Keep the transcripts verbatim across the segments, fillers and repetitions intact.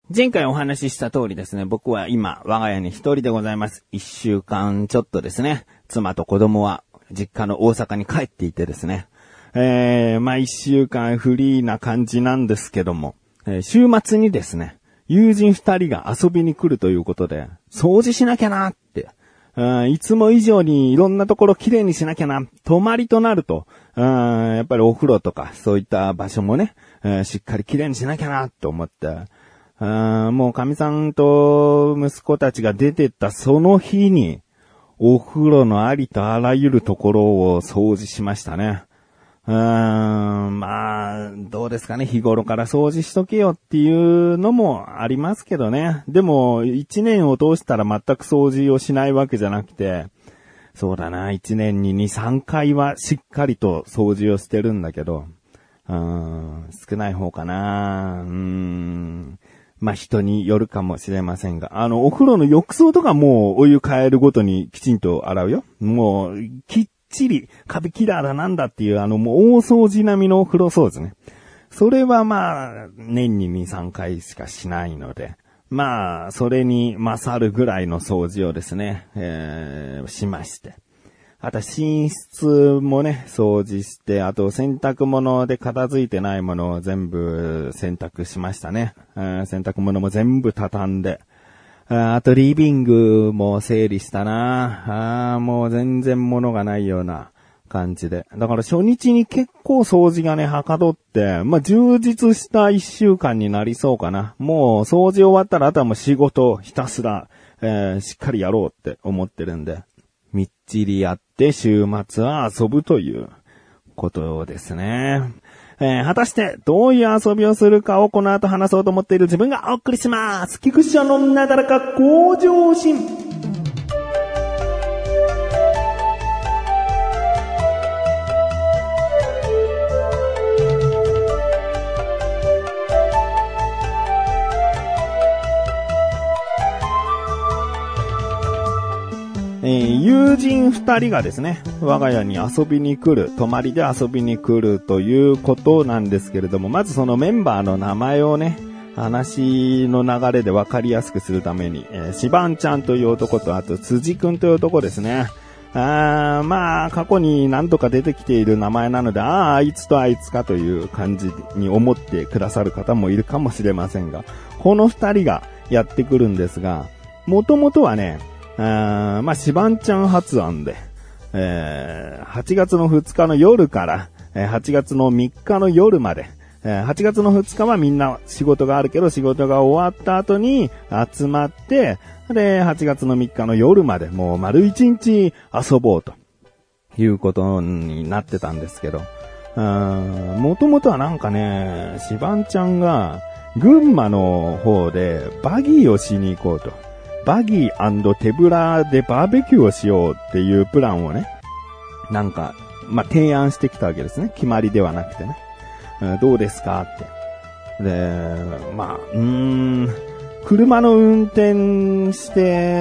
前回お話しした通りですね、僕は今、我が家に一人でございます。一週間ちょっとですね、妻と子供は実家の大阪に帰っていてですね、えー、まあ一週間フリーな感じなんですけども、えー、週末にですね、友人二人が遊びに来るということで、掃除しなきゃなって、うんいつも以上にいろんなところきれいにしなきゃな、泊まりとなると、うんやっぱりお風呂とかそういった場所もね、えー、しっかりきれいにしなきゃなと思って、あもう神さんと息子たちが出てったその日に、お風呂のありとあらゆるところを掃除しましたね。うーん、まあ、どうですかね。日頃から掃除しとけよっていうのもありますけどね。でも、一年を通したら全く掃除をしないわけじゃなくて、そうだな、一年に二、三回はしっかりと掃除をしてるんだけど、うーん、少ない方かな。うーん。まあ、人によるかもしれませんが、あの、お風呂の浴槽とかもうお湯変えるごとにきちんと洗うよ。もう、きっちり、カビキラーだなんだっていう、あの、もう大掃除並みのお風呂掃除ね。それはまあ、年にに、さんかいしかしないので、まあ、それに勝るぐらいの掃除をですね、えー、しまして。あと寝室もね、掃除して、あと洗濯物で片付いてないものを全部洗濯しましたね。洗濯物も全部畳んで。あとリビングも整理したな。あもう全然物がないような感じで。だから初日に結構掃除がね、はかどって、まあ、充実した一週間になりそうかな。もう掃除終わったらあとはもう仕事ひたすら、えー、しっかりやろうって思ってるんで。みっちりやって週末は遊ぶということですね。えー、果たしてどういう遊びをするかをこの後話そうと思っている自分がお送りします。菊池のなだらか向上心。えー、友人二人がですね、我が家に遊びに来る、泊まりで遊びに来るということなんですけれども、まずそのメンバーの名前をね、話の流れで分かりやすくするために、えー、しばんちゃんという男と、あと辻くんという男ですね。あまあ、過去に何度か出てきている名前なので、ああ、あいつとあいつかという感じに思ってくださる方もいるかもしれませんが、この二人がやってくるんですが、もともとはね、あまあ、しばんちゃん発案で、えー、はちがつのふつかの夜から、えー、はちがつのみっかの夜まで、えー、はちがつのふつかはみんな仕事があるけど仕事が終わった後に集まって、で、はちがつのみっかの夜までもう丸一日遊ぼうということになってたんですけど、もともとはなんかね、しばんちゃんが群馬の方でバギーをしに行こうと。バギー&手ぶらでバーベキューをしようっていうプランをね、なんか、まあ、提案してきたわけですね。決まりではなくてね。どうですかって。で、まあ、うーん、車の運転して、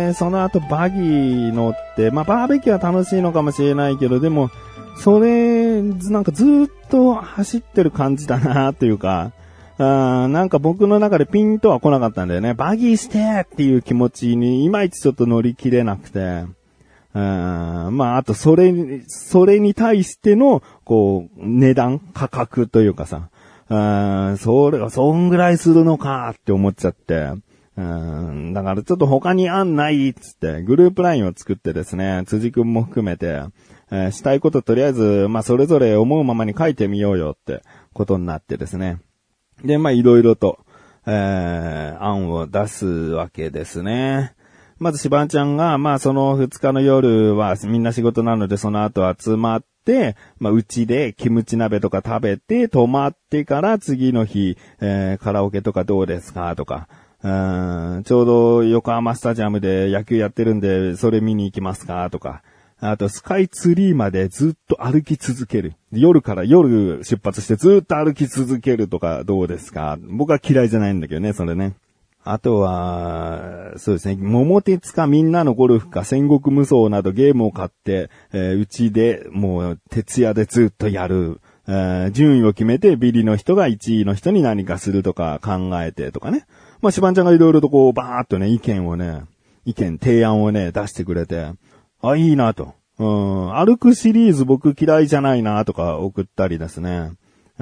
その後バギー乗って、まあ、バーベキューは楽しいのかもしれないけど、でも、それ、なんかずっと走ってる感じだなというか、あなんか僕の中でピンとは来なかったんだよね。バギーしてっていう気持ちにいまいちちょっと乗り切れなくて。あまああとそれ、それに対しての、こう、値段価格というかさ。あそれがそんぐらいするのかって思っちゃって。うんだからちょっと他に案ないっつってグループラインを作ってですね、辻くんも含めて、えー、したいこととりあえず、まあそれぞれ思うままに書いてみようよってことになってですね。で、まあ、いろいろと、えー、案を出すわけですね。まず、しばんちゃんが、まあ、そのふつかの夜はみんな仕事なので、その後集まって、まあ、うちでキムチ鍋とか食べて、泊まってから次の日、えー、カラオケとかどうですかとか、うんちょうど横浜スタジアムで野球やってるんで、それ見に行きますかとか、あとスカイツリーまでずっと歩き続ける。夜から夜出発してずっと歩き続けるとかどうですか？僕は嫌いじゃないんだけどね、それね。あとは、そうですね、桃鉄かみんなのゴルフか戦国無双などゲームを買って、えー、うちでもう徹夜でずっとやる。 えー、順位を決めてビリの人がいちいの人に何かするとか考えてとかね。まあ、シバンちゃんがいろいろとこうバーっとね、意見をね、意見、提案をね、出してくれて、あ、いいなと。うん、歩くシリーズ僕嫌いじゃないなとか送ったりですね。うん、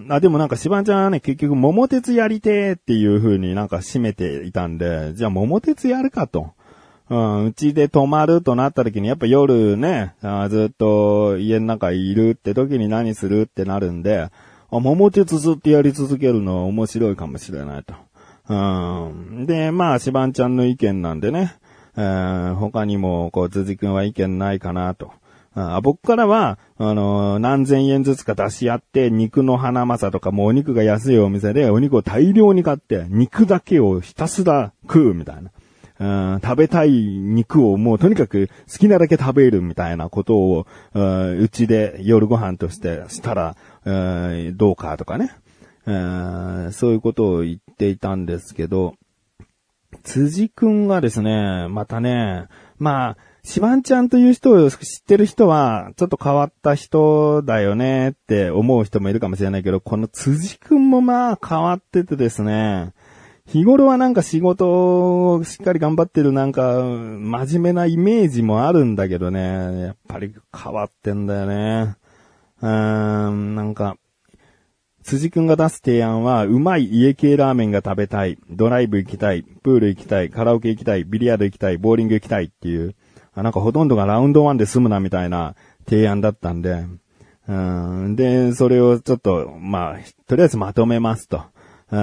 あ、でもなんかシバンちゃんはね、結局桃鉄やりてーっていう風になんか締めていたんで、じゃあ桃鉄やるかと。うん、うちで泊まるとなった時にやっぱ夜ね、あずっと家の中いるって時に何するってなるんで、あ、桃鉄ずっとやり続けるの面白いかもしれないと。うん、で、まあシバンちゃんの意見なんでね、えー、他にもこう辻君は意見ないかなと。あ、僕からは、あのー、何千円ずつか出し合って、肉の花正とかもうお肉が安いお店でお肉を大量に買って、肉だけをひたすら食うみたいな。うん、食べたい肉をもうとにかく好きなだけ食べるみたいなことを、うちで夜ご飯としてしたら、どうかとかね。そういうことを言っていたんですけど、辻くんがですね、またね、まあ、シバンちゃんという人を知ってる人は、ちょっと変わった人だよねって思う人もいるかもしれないけど、この辻くんもまあ変わっててですね、日頃はなんか仕事をしっかり頑張ってるなんか真面目なイメージもあるんだけどね、やっぱり変わってんだよね。うーん、なんか、辻くんが出す提案は、うまい家系ラーメンが食べたい、ドライブ行きたい、プール行きたい、カラオケ行きたい、ビリヤード行きたい、ボーリング行きたいっていう、あ、なんかほとんどがラウンドワンで済むなみたいな提案だったんで、うん、で、それをちょっと、まあ、とりあえずまとめますと。うん、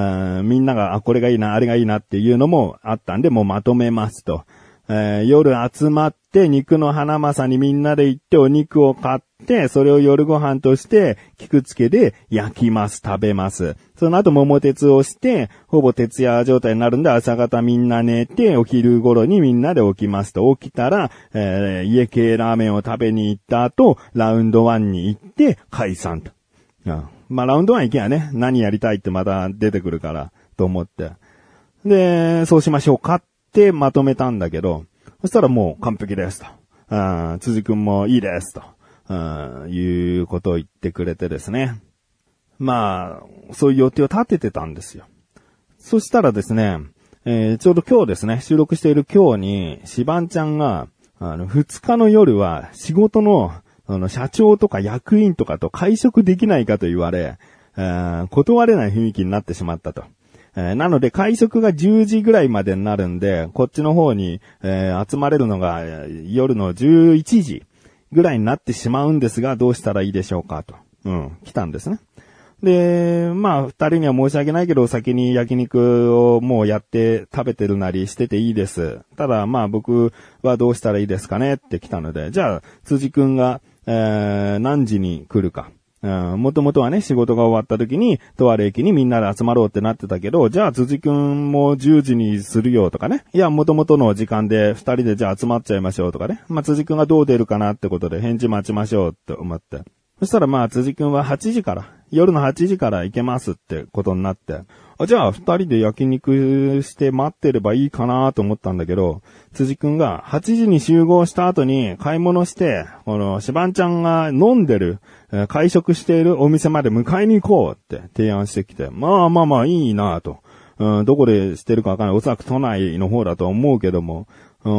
みんなが、あ、これがいいな、あれがいいなっていうのもあったんで、もうまとめますと。えー、夜集まって肉の花正にみんなで行ってお肉を買って、それを夜ご飯として菊つけで焼きます、食べます。その後桃鉄をして、ほぼ徹夜状態になるんで朝方みんな寝て、お昼頃にみんなで起きますと。起きたら、えー、家系ラーメンを食べに行った後、ラウンドワンに行って解散と。うん、まあラウンドワン行けばね、何やりたいってまた出てくるから、と思って。で、そうしましょうかってまとめたんだけど、そしたらもう完璧ですと。あ、辻くんもいいですと。あ、いうことを言ってくれてですね。まあ、そういう予定を立ててたんですよ。そしたらですね、えー、ちょうど今日ですね、収録している今日に、シバンちゃんが、あの、二日の夜は仕事の、あの、社長とか役員とかと会食できないかと言われ、えー、断れない雰囲気になってしまったと。えー、なので会食がじゅうじぐらいまでになるんで、こっちの方に、えー、集まれるのが夜のじゅういちじぐらいになってしまうんですが、どうしたらいいでしょうかと。うん、来たんですね。で、まあ、二人には申し訳ないけど、先に焼肉をもうやって食べてるなりしてていいです。ただ、まあ僕はどうしたらいいですかねって来たので、じゃあ、辻くんが、えー、何時に来るか。もともとはね、仕事が終わった時に、とある駅にみんなで集まろうってなってたけど、じゃあ辻くんもじゅうじにするよとかね。いや、もともとの時間で二人でじゃあ集まっちゃいましょうとかね。まあ、辻くんがどう出るかなってことで返事待ちましょうって思って。そしたらまあ、辻くんははちじから、夜のはちじから行けますってことになって、あ、じゃあ二人で焼肉して待ってればいいかなと思ったんだけど、辻くんがはちじに集合した後に買い物して、このシバンちゃんが飲んでる、会食しているお店まで迎えに行こうって提案してきて、まあまあまあいいなと。うん、どこでしてるかわかんない。おそらく都内の方だと思うけども、うん、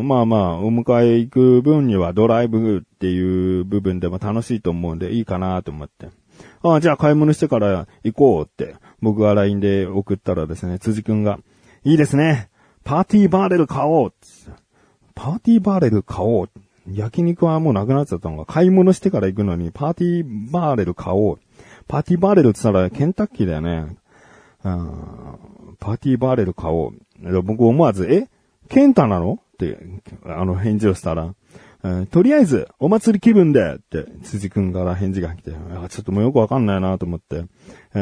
まあまあ、お迎え行く分にはドライブっていう部分でも楽しいと思うんでいいかなと思って。ああ、じゃあ買い物してから行こうって僕が ライン で送ったらですね、辻くんが、いいですね。パーティーバーレル買おうって。パーティーバーレル買おう。焼肉はもうなくなっちゃったのが、買い物してから行くのにパーティーバーレル買おう。パーティーバーレルって言ったらケンタッキーだよね。うん、パーティーバーレル買おう。僕思わず、えケンタなのって、あの返事をしたら、うん、とりあえず、お祭り気分でって、辻くんから返事が来て、あ、ちょっともうよくわかんないなと思って、うん、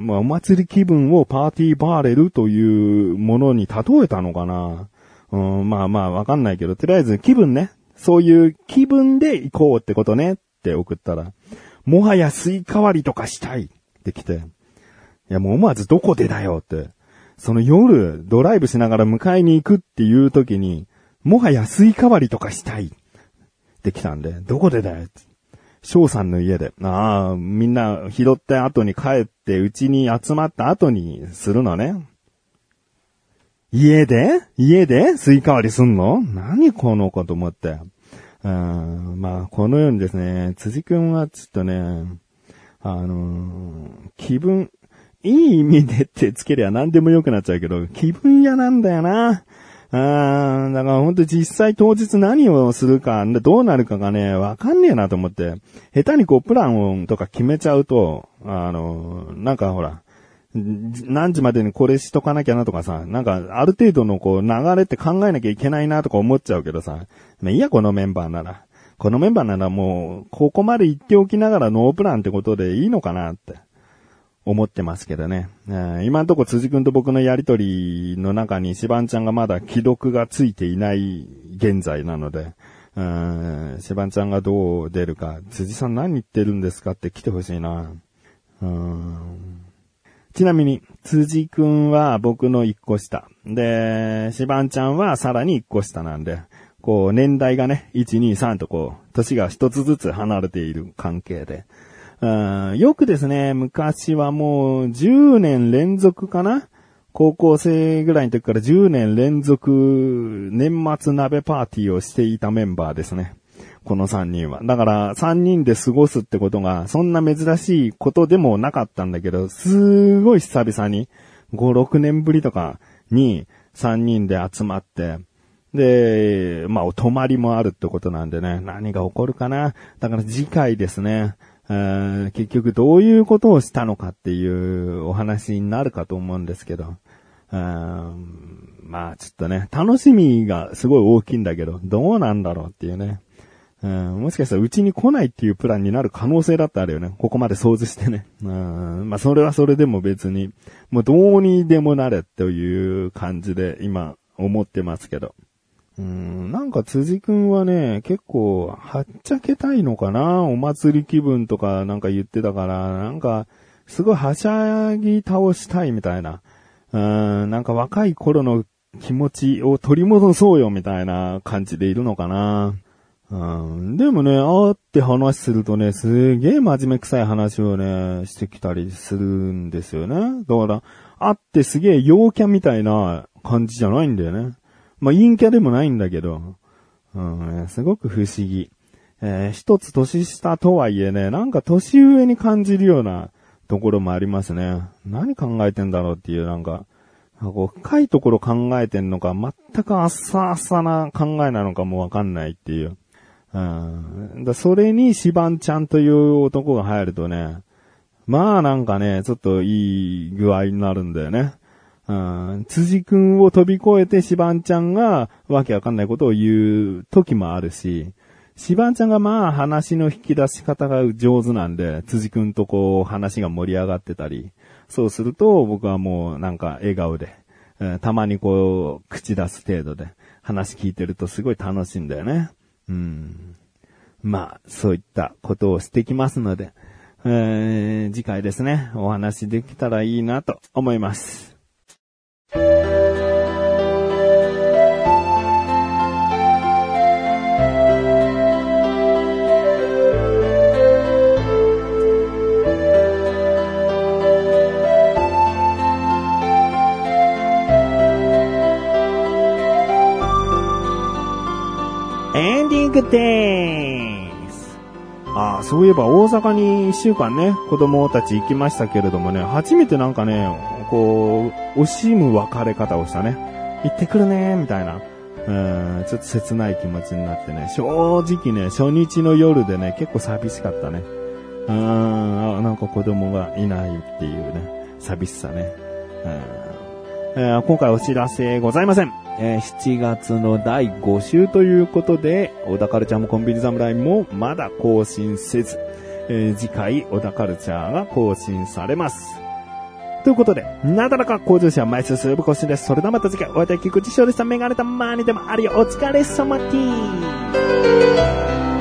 まあ、お祭り気分をパーティーバーレルというものに例えたのかな、うん、まあまあわかんないけど、とりあえず気分ね、そういう気分で行こうってことねって送ったら、もはやスイカ割りとかしたいって来て、いやもう思わずどこでだよって、その夜ドライブしながら迎えに行くっていう時に、もはやスイカ割りとかしたいって来たんで、どこでだよって。 翔さんの家で、ああ、みんな拾った後に帰ってうちに集まった後にするのね。家で家でスイカ割りすんの？何この子と思って。うん、まあ、このようにですね、辻くんはちょっとね、あのー、気分、いい意味でってつけりゃ何でも良くなっちゃうけど、気分屋なんだよな。あー、だからほんと実際当日何をするか、どうなるかがね、わかんねえなと思って、下手にこうプランをとか決めちゃうと、あの、なんかほら、何時までにこれしとかなきゃなとかさ、なんかある程度のこう流れって考えなきゃいけないなとか思っちゃうけどさ、まあ、いいやこのメンバーなら。このメンバーならもう、ここまで言っておきながらノープランってことでいいのかなって。思ってますけどね。今のところ辻くんと僕のやりとりの中にシバンちゃんがまだ既読がついていない現在なので、うん、シバンちゃんがどう出るか、辻さん何言ってるんですかって来てほしいな。うん、ちなみに、辻くんは僕の一個下。で、シバンちゃんはさらに一個下なんで、こう年代がね、いち、に、さんとこう、年が一つずつ離れている関係で、うん、よくですね、昔はもうじゅうねん連続かな？高校生ぐらいの時からじゅうねん連続年末鍋パーティーをしていたメンバーですね。このさんにんは。だからさんにんで過ごすってことがそんな珍しいことでもなかったんだけど、すごい久々にご、ろくねんぶりとかにさんにんで集まって、で、まあお泊まりもあるってことなんでね、何が起こるかな。だから次回ですね。結局どういうことをしたのかっていうお話になるかと思うんですけど、まあちょっとね、楽しみがすごい大きいんだけど、どうなんだろうっていうね。もしかしたらうちに来ないっていうプランになる可能性だってあるよね。ここまで想像してね。まあそれはそれでも別に、もうどうにでもなれという感じで今思ってますけど。うーん、なんか辻くんはね、結構、はっちゃけたいのかな？お祭り気分とかなんか言ってたから、なんか、すごいはしゃぎ倒したいみたいな。うーん、なんか若い頃の気持ちを取り戻そうよみたいな感じでいるのかな。うん、でもね、会って話するとね、すげえ真面目くさい話をね、してきたりするんですよね。だから、会ってすげえ陽キャみたいな感じじゃないんだよね。まあ、陰キャでもないんだけど、うん、すごく不思議。えー、一つ年下とはいえね、なんか年上に感じるようなところもありますね。何考えてんだろうっていう、なんか、こう深いところ考えてんのか、全く浅々な考えなのかもわかんないっていう。うん、だそれにシバンちゃんという男が入るとね、まあなんかね、ちょっといい具合になるんだよね。うん、辻くんを飛び越えてシバンちゃんがわけわかんないことを言う時もあるし、シバンちゃんがまあ話の引き出し方が上手なんで、辻くんとこう話が盛り上がってたり、そうすると僕はもうなんか笑顔で、えー、たまにこう口出す程度で話聞いてるとすごい楽しいんだよね。うん。まあそういったことをしてきますので、えー、次回ですね、お話できたらいいなと思います。エンディングです。ああ、そういえば大阪に一週間ね、子供たち行きましたけれどもね、初めてなんかね、こう、惜しむ別れ方をしたね。行ってくるね、みたいな。うん、ちょっと切ない気持ちになってね、正直ね、初日の夜でね、結構寂しかったね。うん、なんか子供がいないっていうね、寂しさね。うん、えー、今回お知らせございません。えー、しちがつのだいご週ということで、小田カルチャーもコンビニ侍もまだ更新せず、えー、次回小田カルチャーが更新されます。ということで、なだらか向上心は毎週水曜日更新です。それではまた次回、お会いできる菊池勝利さん、メガネたまーにでもあるよ。お疲れ様ティー。